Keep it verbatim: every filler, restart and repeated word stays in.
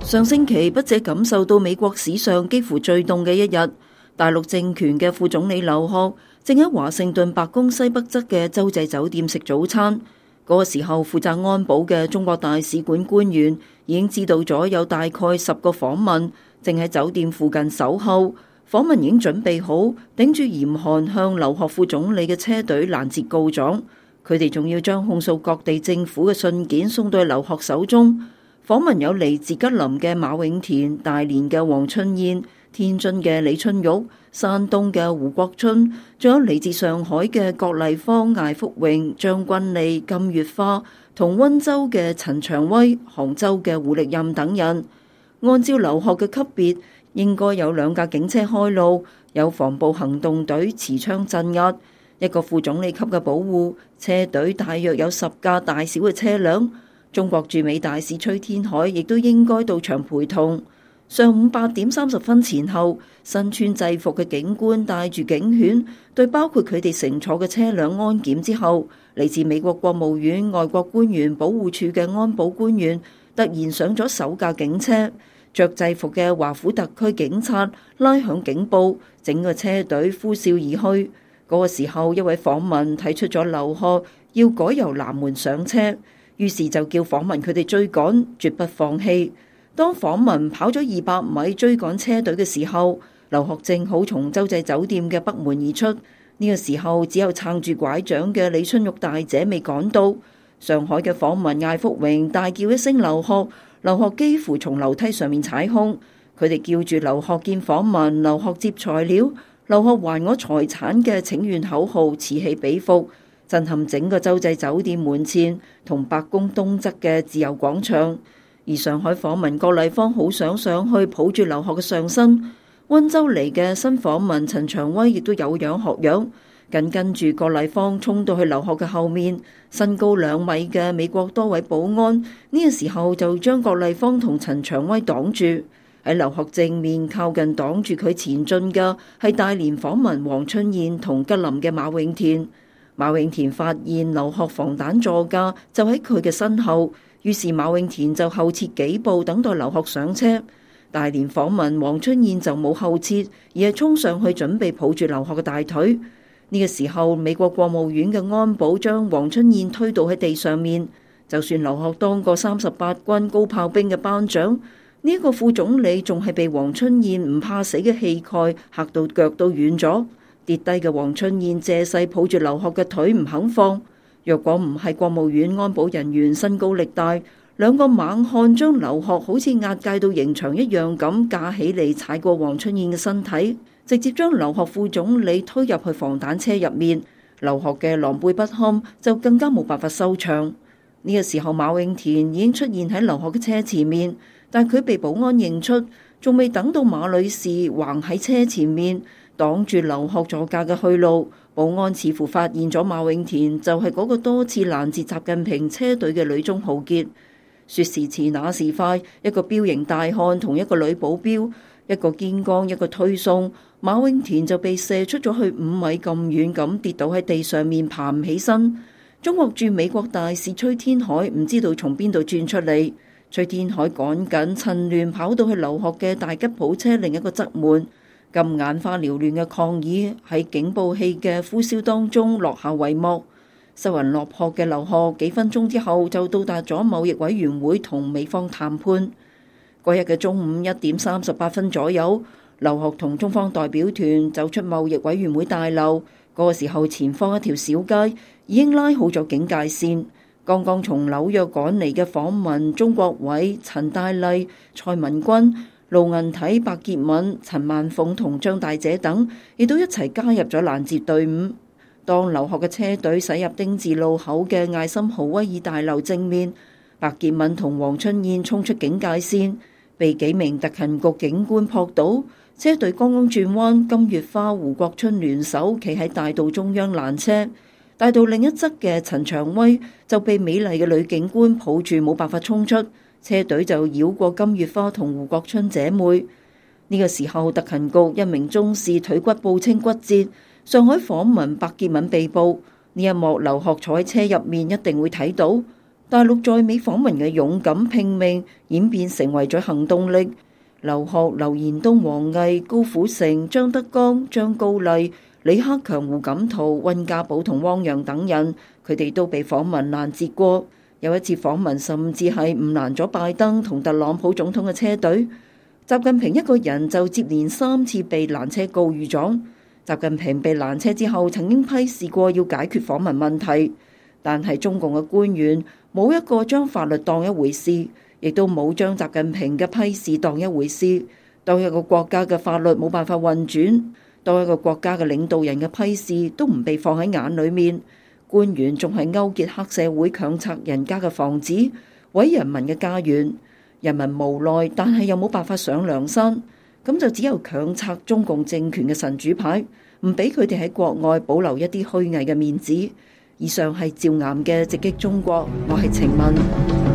上星期，筆者感受到美國史上幾乎最凍嘅一日。大陸政權嘅副總理劉鶴正喺華盛頓白宮西北側嘅洲際酒店食早餐。嗰個時候，負責安保嘅中國大使館官員已經知道咗有大概十個訪問正喺酒店附近守候。訪問已經準備好，頂住嚴寒向劉鶴副總理嘅車隊攔截告狀。佢哋仲要將控訴各地政府嘅信件送到劉鶴手中。訪問有嚟自吉林嘅馬永田、大連嘅黃春燕、天津嘅李春玉、山東嘅胡國春，仲有嚟自上海嘅郭麗芳、艾福榮、張君利、金月花，同溫州嘅陳長威、杭州嘅胡力任等人。按照劉鶴嘅級別，應該有兩架警車開路，有防暴行動隊持槍鎮壓，一個副總理級嘅保護車隊，大約有十架大小嘅車輛。中國駐美大使崔天凱亦都應該到場陪同。上午八點三十分前後，身穿制服嘅警官帶住警犬，對包括佢哋乘坐嘅車輛安檢之後，嚟自美國國務院外國官員保護處嘅安保官員突然上咗首架警車，着制服嘅華府特區警察拉響警報，整個車隊呼嘯而去。嗰、那個時候，一位訪問睇出咗劉鶴要改由南門上車，於是就叫訪問佢哋追趕，絕不放棄。當訪問跑咗二百米追趕車隊嘅時候，劉鶴正好從洲際酒店嘅北門而出。呢、這個時候，只有撐住拐杖嘅李春玉大姐未趕到。上海嘅訪問艾福榮大叫一聲劉鶴，劉鶴幾乎從樓梯上面踩空。佢哋叫住劉鶴見訪問，劉鶴接材料，劉鶴還我財產嘅請願口號此起彼伏，震撼整個洲際酒店門前同白宮東側嘅自由廣場。而上海訪問郭麗芳好想上去抱住劉鶴嘅上身，溫州嚟嘅新訪問陳長威亦都有樣學樣，緊跟住郭麗芳衝到去劉鶴嘅後面。身高兩米嘅美國多位保安呢個時候就將郭麗芳同陳長威擋住。喺劉鶴正面靠近擋住佢前進嘅係大連訪問黃春燕同吉林嘅馬永田。馬永田發現劉鶴防彈座駕就喺佢嘅身後，於是馬永田就後撤幾步等待劉鶴上車。大連訪問黃春燕就冇後撤，而係衝上去準備抱住劉鶴嘅大腿。呢、這個時候，美國國務院嘅安保將黃春燕推倒喺地上面。就算劉鶴當過三十八軍高炮兵嘅班長，呢、這、一個副總理仲係被黃春燕唔怕死嘅氣概嚇到腳都軟咗。跌低嘅黃春燕借勢抱住劉鶴嘅腿唔肯放。若果唔係國務院安保人員身高力大，兩個猛漢將劉鶴好似押解到刑場一樣咁架起嚟，踩過黃春燕嘅身體，直接將劉鶴副總理推入去防彈車入面。劉鶴嘅狼狽不堪就更加冇辦法收場。呢、這個時候，馬永田已經出現喺劉鶴嘅車前面，但佢被保安認出，仲未等到馬女士橫喺車前面擋住劉鶴座駕嘅去路。保安似乎發現咗馬永田就係嗰個多次攔截習近平車隊嘅女中豪傑。說時遲那時快，一個彪形大漢同一個女保鏢，一個肩剛一個推送，馬永田就被射出咗去五米咁遠咁跌倒喺地上面爬唔起身。中國駐美國大使崔天凱唔知道從邊度轉出嚟，崔天凱趕緊趁亂跑到去劉鶴嘅大吉普車另一個側門。咁眼花繚亂嘅抗議喺警報器嘅呼嘯當中落下帷幕。失魂落魄嘅劉鶴幾分鐘之後就到達咗貿易委員會同美方談判。嗰日嘅中午一點三十八分左右，劉鶴同中方代表團走出貿易委員會大樓。嗰、那個時候，前方一條小街已經拉好咗警戒線。剛剛從紐約趕嚟嘅訪問鍾國偉、陳大麗、蔡文君、盧銀體、白潔敏、陳萬鳳同張大姐等，亦都一齊加入咗攔截隊伍。當劉鶴嘅車隊駛入丁字路口嘅艾森豪威爾大樓正面，白潔敏同黃春燕衝出警戒線，被幾名特勤局警官撲倒。車隊剛剛轉彎，金月花、胡國春聯手企喺大道中央攔車。大道另一側嘅陳長威就被美麗嘅女警官抱住，冇辦法衝出。車隊就繞過金月花同胡國春姐妹。呢、這個時候，特勤局一名中士腿骨報稱骨折。上海訪問白潔敏被捕。呢一幕劉鶴坐喺車入面一定會睇到。 大陸在美訪問嘅勇敢拼命演變成為咗行動力。劉鶴、劉延東、王毅、高虎城、張德江、張高麗、李克強、胡錦濤、溫家寶同汪洋等人，佢哋都被訪問攔截過。有一次訪問甚至係誤攔咗拜登同特朗普總統嘅車隊。習近平一個人就接連三次被攔車告御狀。習近平被攔車之後，曾經批示過要解決訪問問題，但係中共嘅官員冇一個將法律當一回事，亦都冇將習近平嘅批示當一回事。當一個國家嘅法律冇辦法運轉，當一個國家嘅領導人嘅批示都唔被放喺眼裏面，官員仲係勾結黑社會強拆人家嘅房子，毀人民嘅家園，人民無奈，但係又冇辦法上梁山，咁就只有強拆中共政權嘅神主牌，唔俾佢哋喺國外保留一啲虛偽嘅面子。以上係趙岩嘅直擊中國，我係程雯。